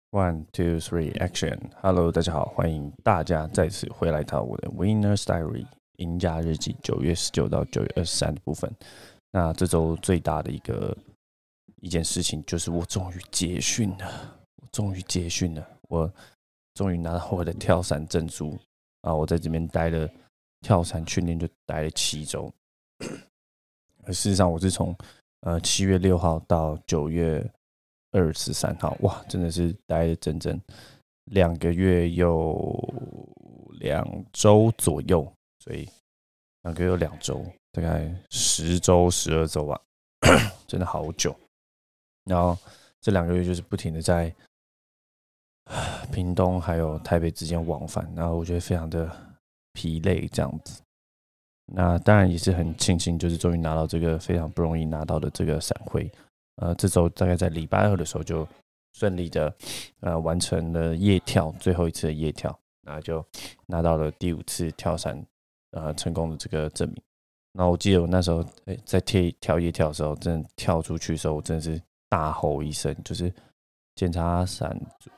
One, two, three, action! Hello，大家好，欢迎大家再次回来到我的 Winner's Diary 赢家日记9月19到9月23的部分。那这周最大的一件事情就是我终于结训了，我终于拿到我的跳伞证书啊！我在这边待了跳伞训练就待了7周，而事实上我是从7月6号到9月23号，哇，真的是待了整整2个月又2周左右，所以2个月又2周，大概10周、12周吧，真的好久。然后这2个月就是不停的在屏东还有台北之间往返，然后我觉得非常的疲累这样子。那当然也是很庆幸，就是终于拿到这个非常不容易拿到的这个闪徽。这周大概在礼拜2的时候就顺利的完成了夜跳，最后一次的夜跳，那就拿到了第5次跳伞成功的这个证明。然后我记得我那时候在跳夜跳的时候，真的跳出去的时候，我真的是大吼一声，就是检查伞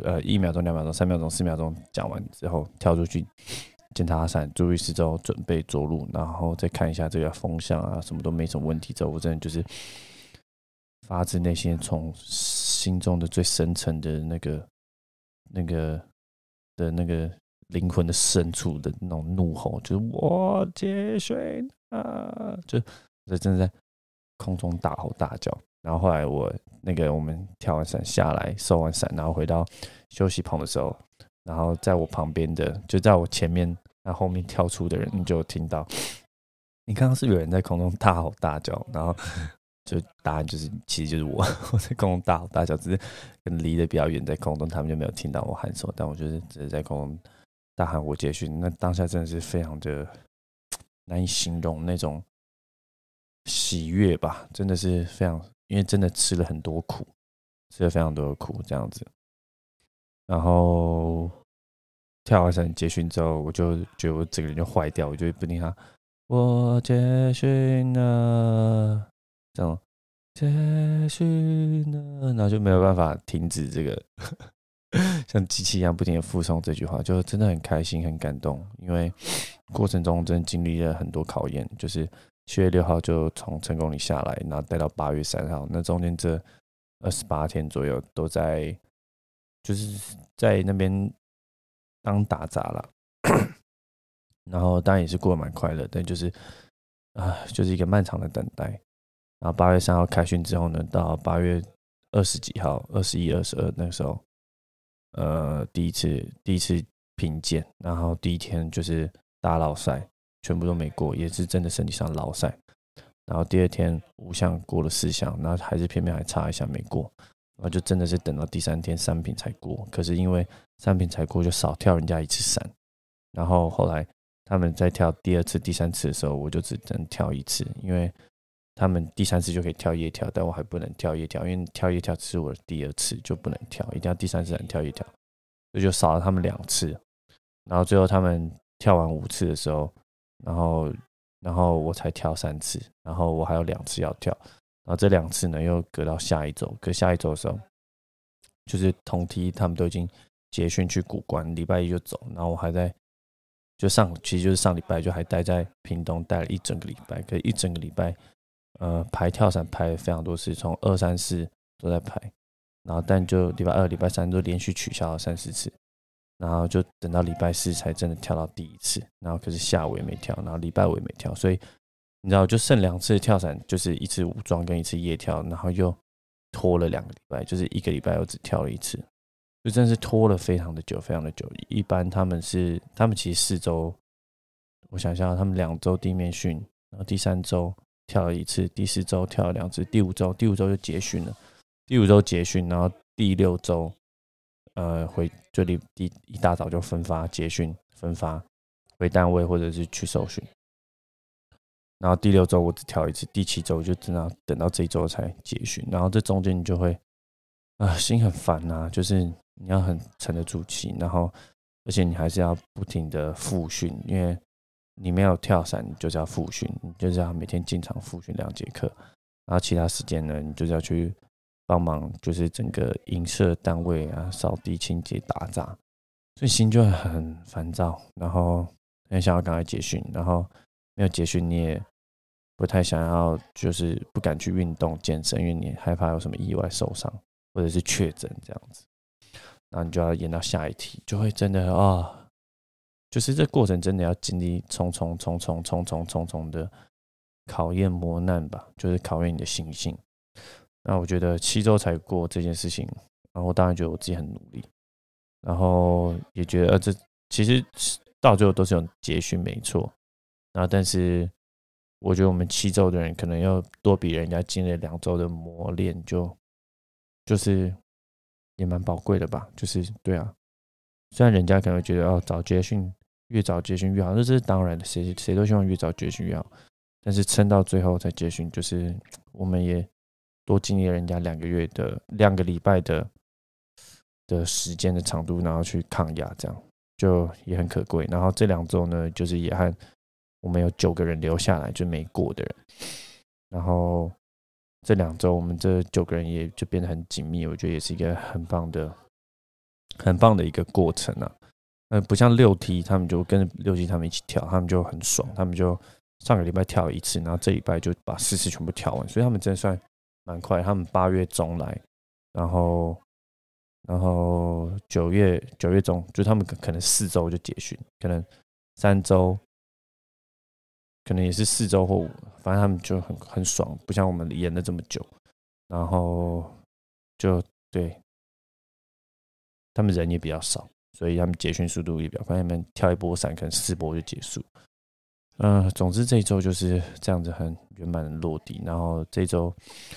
1秒钟、2秒钟、3秒钟、4秒钟讲完之后跳出去。检查伞，注意四周，准备着陆，然后再看一下这个风向啊，什么都没什么问题之后，我真的就是发自内心从心中的最深层的那个灵魂的深处的那种怒吼，就是我结训啊！就真的在空中大吼大叫。然后后来我们跳完伞下来，收完伞，然后回到休息棚的时候，然后在我旁边的，就在我前面，那后面跳出的人，你就听到，你刚刚是有人在空中大吼大叫，然后就答案就是，其实就是我在空中大吼大叫，只是离得比较远，在空中他们就没有听到我喊什么，但我就是只是在空中大喊我结训，那当下真的是非常的难以形容那种喜悦吧，真的是非常，因为真的吃了很多苦，吃了非常多的苦这样子。然后跳完伞结训之后，我就觉得我整个人就坏掉，我就不停喊我结训了，这样结训了，然后就没有办法停止这个像机器一样不停的附送这句话，就真的很开心很感动，因为过程中真的经历了很多考验，就是7月6号就从成功里下来，然后待到8月3号，那中间这28天左右都在就是在那边当打杂啦，然后当然也是过得蛮快乐，但就是就是一个漫长的等待。然后8月3号开训之后呢，到8月20几号、21、22那个时候，第一次评鉴，然后第一天就是大老赛，全部都没过，也是真的身体上老赛。然后第2天5项过了4项，然后还是偏偏还差1项没过，然后就真的是等到第3天3品才过。可是因为3品才过，就少跳人家1次伞。然后后来他们在跳第2次、第3次的时候，我就只能跳1次，因为他们第3次就可以跳夜跳，但我还不能跳夜跳，因为跳夜跳只是我的第2次，就不能跳，一定要第3次才能跳夜跳，所以就少了他们2次。然后最后他们跳完5次的时候，然后我才跳3次，然后我还有2次要跳，然后这2次呢又隔到下一周，隔下一周的时候，就是同梯他们都已经结训去古关，礼拜1就走，然后我还在其实就是上礼拜就还待在屏东待了1整个礼拜，可是1整个礼拜排跳伞排了非常多次，从2、3、4都在排，然后但就礼拜2、礼拜3都连续取消了3、4次。然后就等到礼拜4才真的跳到第1次，然后可是下午也没跳，然后礼拜5也没跳，所以你知道就剩2次跳伞，就是1次武装跟1次夜跳，然后又拖了2个礼拜，就是1个礼拜我只跳了1次，就真的是拖了非常的久，非常的久。一般他们其实4周，我想想他们2周地面训，然后第3周跳了1次，第4周跳了2次，第5周就结训了，第5周结训，然后第6周。就一大早就分发结训，分发回单位或者是去受训。然后第6周我只跳1次，第7周就真的等到这一周才结训。然后这中间你就会心很烦啊，就是你要很沉得住气，然后而且你还是要不停的复训，因为你没有跳伞，你就是要复训，你就是要每天进场复训2节课，然后其他时间呢，你就是要去帮忙，就是整个营舍单位啊扫地清洁打杂，所以心就很烦躁，然后很想要赶快结训，然后没有结训你也不太想要，就是不敢去运动健身，因为你害怕有什么意外受伤或者是确诊这样子，然后你就要延到下一题，就会真的就是这过程真的要经历重重的考验磨难吧，就是考验你的心性。那我觉得7周才过这件事情，然后我当然觉得我自己很努力，然后也觉得这其实到最后都是有结训没错，然后但是我觉得我们7周的人可能要多比人家经历2周的磨练，就是也蛮宝贵的吧，就是对啊，虽然人家可能会觉得早结训越早结训越好，这是当然的，谁都希望越早结训越好，但是撑到最后才结训，就是我们也多经历了人家2个礼拜的时间的长度，然后去抗压，这样就也很可贵。然后这2周呢，就是也和我们有9个人留下来，就没过的人。然后这2周，我们这9个人也就变得很紧密，我觉得也是一个很棒的一个过程啊。不像6T，他们就跟6T他们一起跳，他们就很爽，他们就上个礼拜跳了1次，然后这礼拜就把4次全部跳完，所以他们真的算蛮快。他们8月中来，然后9月中，就他们可能4周就结训，可能3周，可能也是4周或5，反正他们就很爽，不像我们演了这么久，然后就对，他们人也比较少，所以他们结训速度也比较快，他们跳一波伞可能4波就结束。总之这一周就是这样子很圆满的落地，然后这周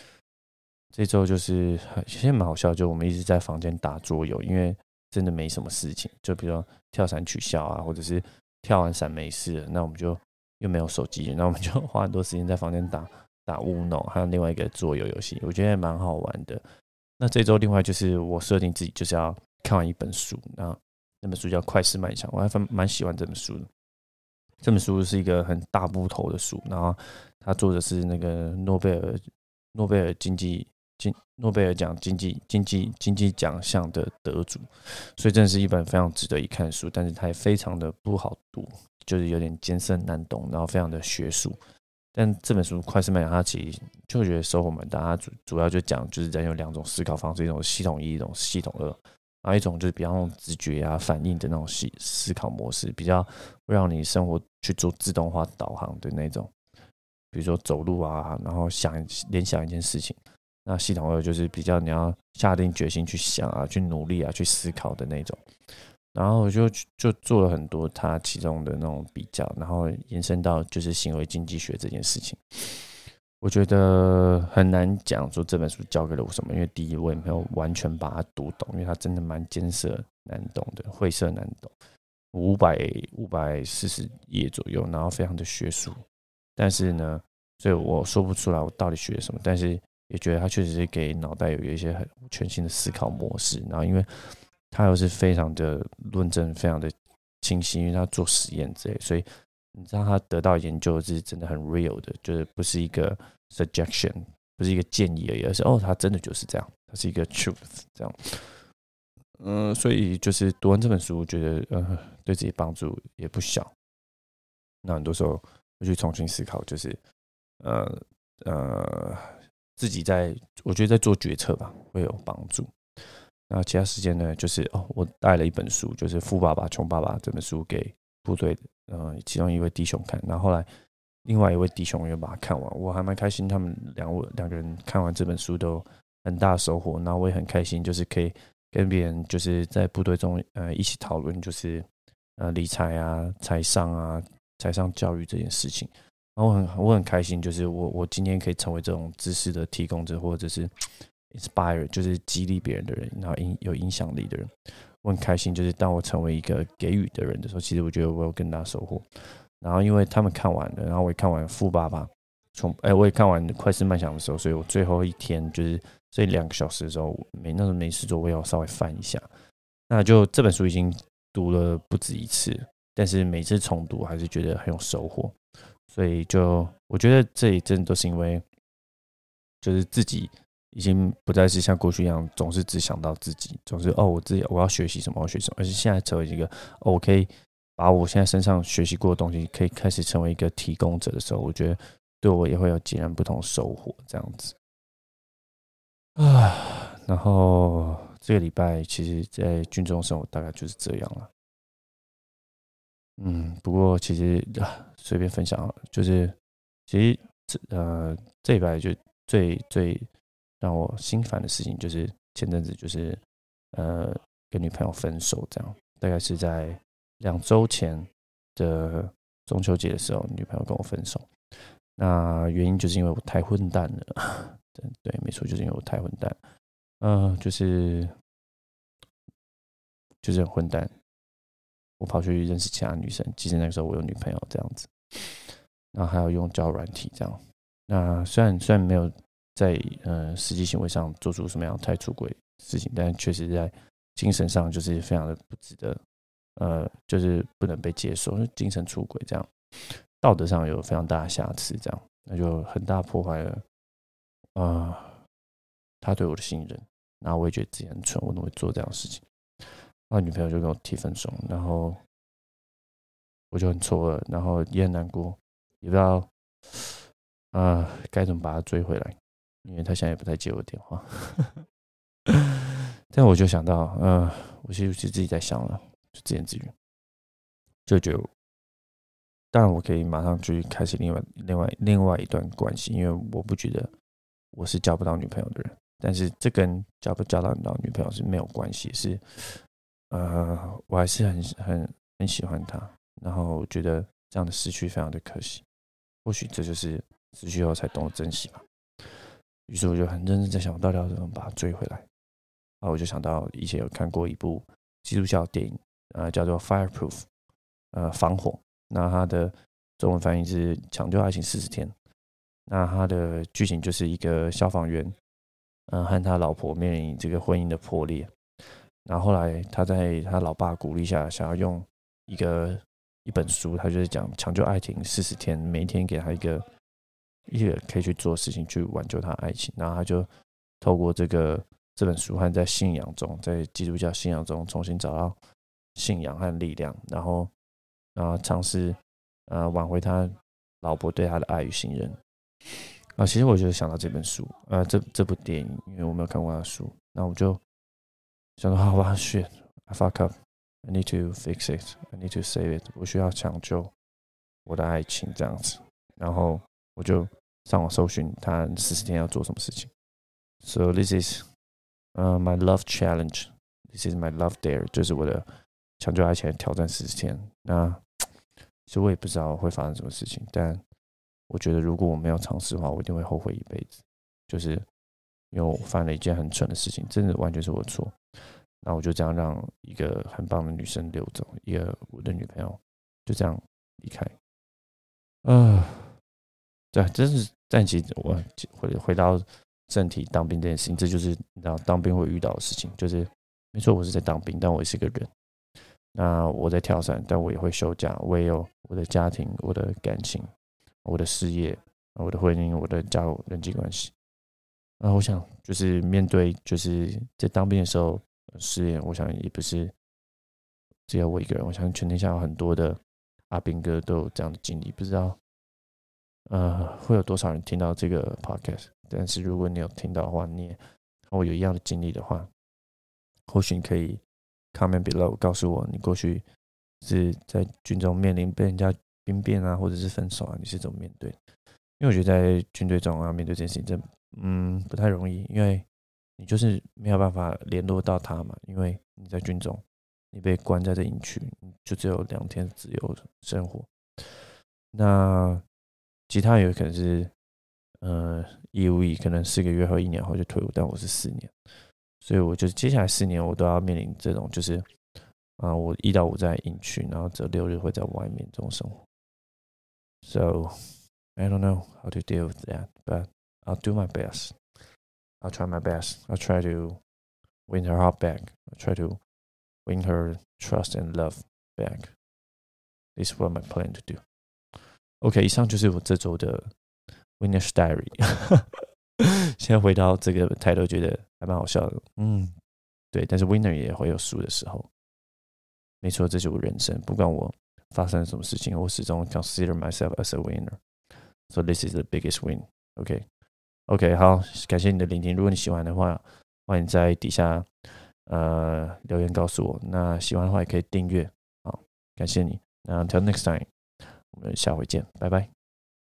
就是其实蛮好笑，就我们一直在房间打桌游，因为真的没什么事情，就比如说跳伞取消啊，或者是跳完伞没事了，那我们就又没有手机，那我们就花很多时间在房间打 Uno， 还有另外一个桌游游戏，我觉得也蛮好玩的。那这周另外就是我设定自己就是要看完一本书，那本书叫《快思慢想》，我还蛮喜欢这本书的。这本书是一个很大部头的书，然后他作者是那个诺贝尔奖经济奖项的得主，所以真的是一本非常值得一看的书，但是它也非常的不好读，就是有点艰深难懂，然后非常的学术。但这本书快思慢想，它其实就觉得收获蛮大，它主要就讲就是人有2种思考方式，一种系统1，一种系统2，然后一种就是比较那种直觉啊反应的那种思考模式，比较会让你生活去做自动化导航的那种，比如说走路啊，然后联想一件事情。那系统2就是比较你要下定决心去想啊，去努力啊，去思考的那种。然后我就做了很多它其中的那种比较，然后延伸到就是行为经济学这件事情。我觉得很难讲说这本书教给了我什么，因为第一我也没有完全把它读懂，因为它真的蛮艰涩难懂的，晦涩难懂，540页左右，然后非常的学术。但是呢，所以我说不出来我到底学了什么，但是也觉得它确实是给脑袋有一些很全新的思考模式。然后因为它又是非常的论证，非常的清晰，因为它做实验之类，所以你知道他得到研究是真的很 real 的，就是不是一个 suggestion， 不是一个建议而已，而是它真的就是这样，它是一个 truth 这样。所以就是读完这本书，我觉得对自己帮助也不小。那很多时候会去重新思考，就是自己我觉得在做决策吧会有帮助。那其他时间呢，就是我带了一本书，就是《富爸爸穷爸爸》这本书给部队的其中一位弟兄看，然后后来另外一位弟兄也把它看完，我还蛮开心，他们两个人看完这本书都很大的收获，然后我也很开心，就是可以跟别人就是在部队中一起讨论，就是理财啊、财商啊、财商教育这件事情，然后我很开心，就是我今天可以成为这种知识的提供者，或者是inspire， 就是激励别人的人，然后有影响力的人。我很开心，就是当我成为一个给予的人的时候，其实我觉得我有更大收获。然后因为他们看完了，然后我也看完《富爸爸》，我也看完《快思慢想》的时候，所以我最后一天就是这2个小时的时候，那时候没事做，我要稍微翻一下。那就这本书已经读了不止一次，但是每次重读还是觉得很有收获。所以我觉得这一阵都是因为就是自己已经不再是像过去一样总是只想到自己，总是我要学习什么，我要学什么，而是现在成为一个我可以把我现在身上学习过的东西，可以开始成为一个提供者的时候，我觉得对我也会有截然不同的收获，这样子啊。然后这个礼拜其实，在军中生活大概就是这样了。不过其实随便分享好了，就是其实这礼拜就最让我心烦的事情，就是前阵子就是跟女朋友分手，这样大概是在2周前的中秋节的时候，女朋友跟我分手。那原因就是因为我太混蛋了，对，没错，就是因为我太混蛋，就是很混蛋。我跑去认识其他女生，其实那个时候我有女朋友这样子，然后还有用交友软体这样。那虽然没有在实际行为上做出什么样太出轨的事情，但确实在精神上就是非常的不值得，就是不能被接受，精神出轨这样，道德上有非常大的瑕疵，这样那就很大破坏了他对我的信任。然后我也觉得自己很蠢，我怎么会做这样的事情？然后女朋友就跟我提分手，然后我就很错愕，然后也很难过，也不知道该怎么把她追回来，因为她现在也不太接我电话。但我就想到，我其实自己在想了，就自言自语，就觉得，当然我可以马上去开始另外一段关系，因为我不觉得我是交不到女朋友的人，但是这跟交不交到女朋友是没有关系，是我还是很喜欢她，然后我觉得这样的失去非常的可惜，或许这就是失去后才懂得珍惜吧。于是我就很认真在想，我到底要怎么把她追回来。然后我就想到以前有看过一部基督教电影，叫做《Fireproof》，防火。那它的中文翻译是《抢救爱情40天》。那它的剧情就是一个消防员，和他老婆面临这个婚姻的破裂。然后后来他在他老爸鼓励下，想要用一本书，他就是讲抢救爱情40天，每一天给他一个可以去做的事情，去挽救他的爱情。然后他就透过这本书和在信仰中，在基督教信仰中重新找到信仰和力量，然后尝试挽回他老婆对他的爱与信任。其实我就想到这本书，这部电影，因为我没有看过他的书，那我就想到好吧 ，shit， I fuck up， I need to fix it， I need to save it， 我需要抢救我的爱情这样子。然后我就上网搜寻他40天要做什么事情。So this is my love challenge. This is my love dare， 就是我的抢救爱情挑战40天。那其实我也不知道会发生什么事情，但我觉得如果我没有尝试的话，我一定会后悔一辈子。就是因为我犯了一件很蠢的事情，真的完全是我的错。那我就这样让一个很棒的女生溜走，我的女朋友就这样离开。对，真是。但其实我回到正题，当兵这件事情，这就是你知道当兵会遇到的事情。就是没错，我是在当兵，但我也是个人。那我在跳伞，但我也会休假，我也有我的家庭、我的感情、我的事业、我的婚姻、我的人际关系。我想就是面对就是在当兵的时候失恋，我想也不是只有我一个人，我相信全天下有很多的阿兵哥都有这样的经历，不知道会有多少人听到这个 podcast。但是如果你有听到的话，你也和我有一样的经历的话，或许你可以 comment below 告诉我你过去是在军中面临被人家兵变啊，或者是分手啊，你是怎么面对？因为我觉得在军队中面对这件事情真不太容易，因为你就是没有办法联络到他嘛，因为你在军中，你被关在这营区，你就只有2天自由生活。那其他有可能是义务役，可能4个月后1年后就退伍，但我是4年，所以我就接下来4年我都要面临这种就是我1到5在营区，然后只有6日会在外面这种生活。So I don't know how to deal with that, but I'll do my best. I'll try my best. I'll try to win her heart back. I'll try to win her trust and love back. This is what my plan to do. OK， 以上就是我这周的 Winner's Diary 。 现在回到这个抬头，觉得还蛮好笑的。对，但是 winner 也会有输的时候。没错，这就是我人生，不管我发生了什么事情，我始终 consider myself as a winner. So this is the biggest win. OK， 好，感谢你的聆听。如果你喜欢的话，欢迎在底下留言告诉我。那喜欢的话也可以订阅。好，感谢你。那 until next time，我们下回见，拜拜。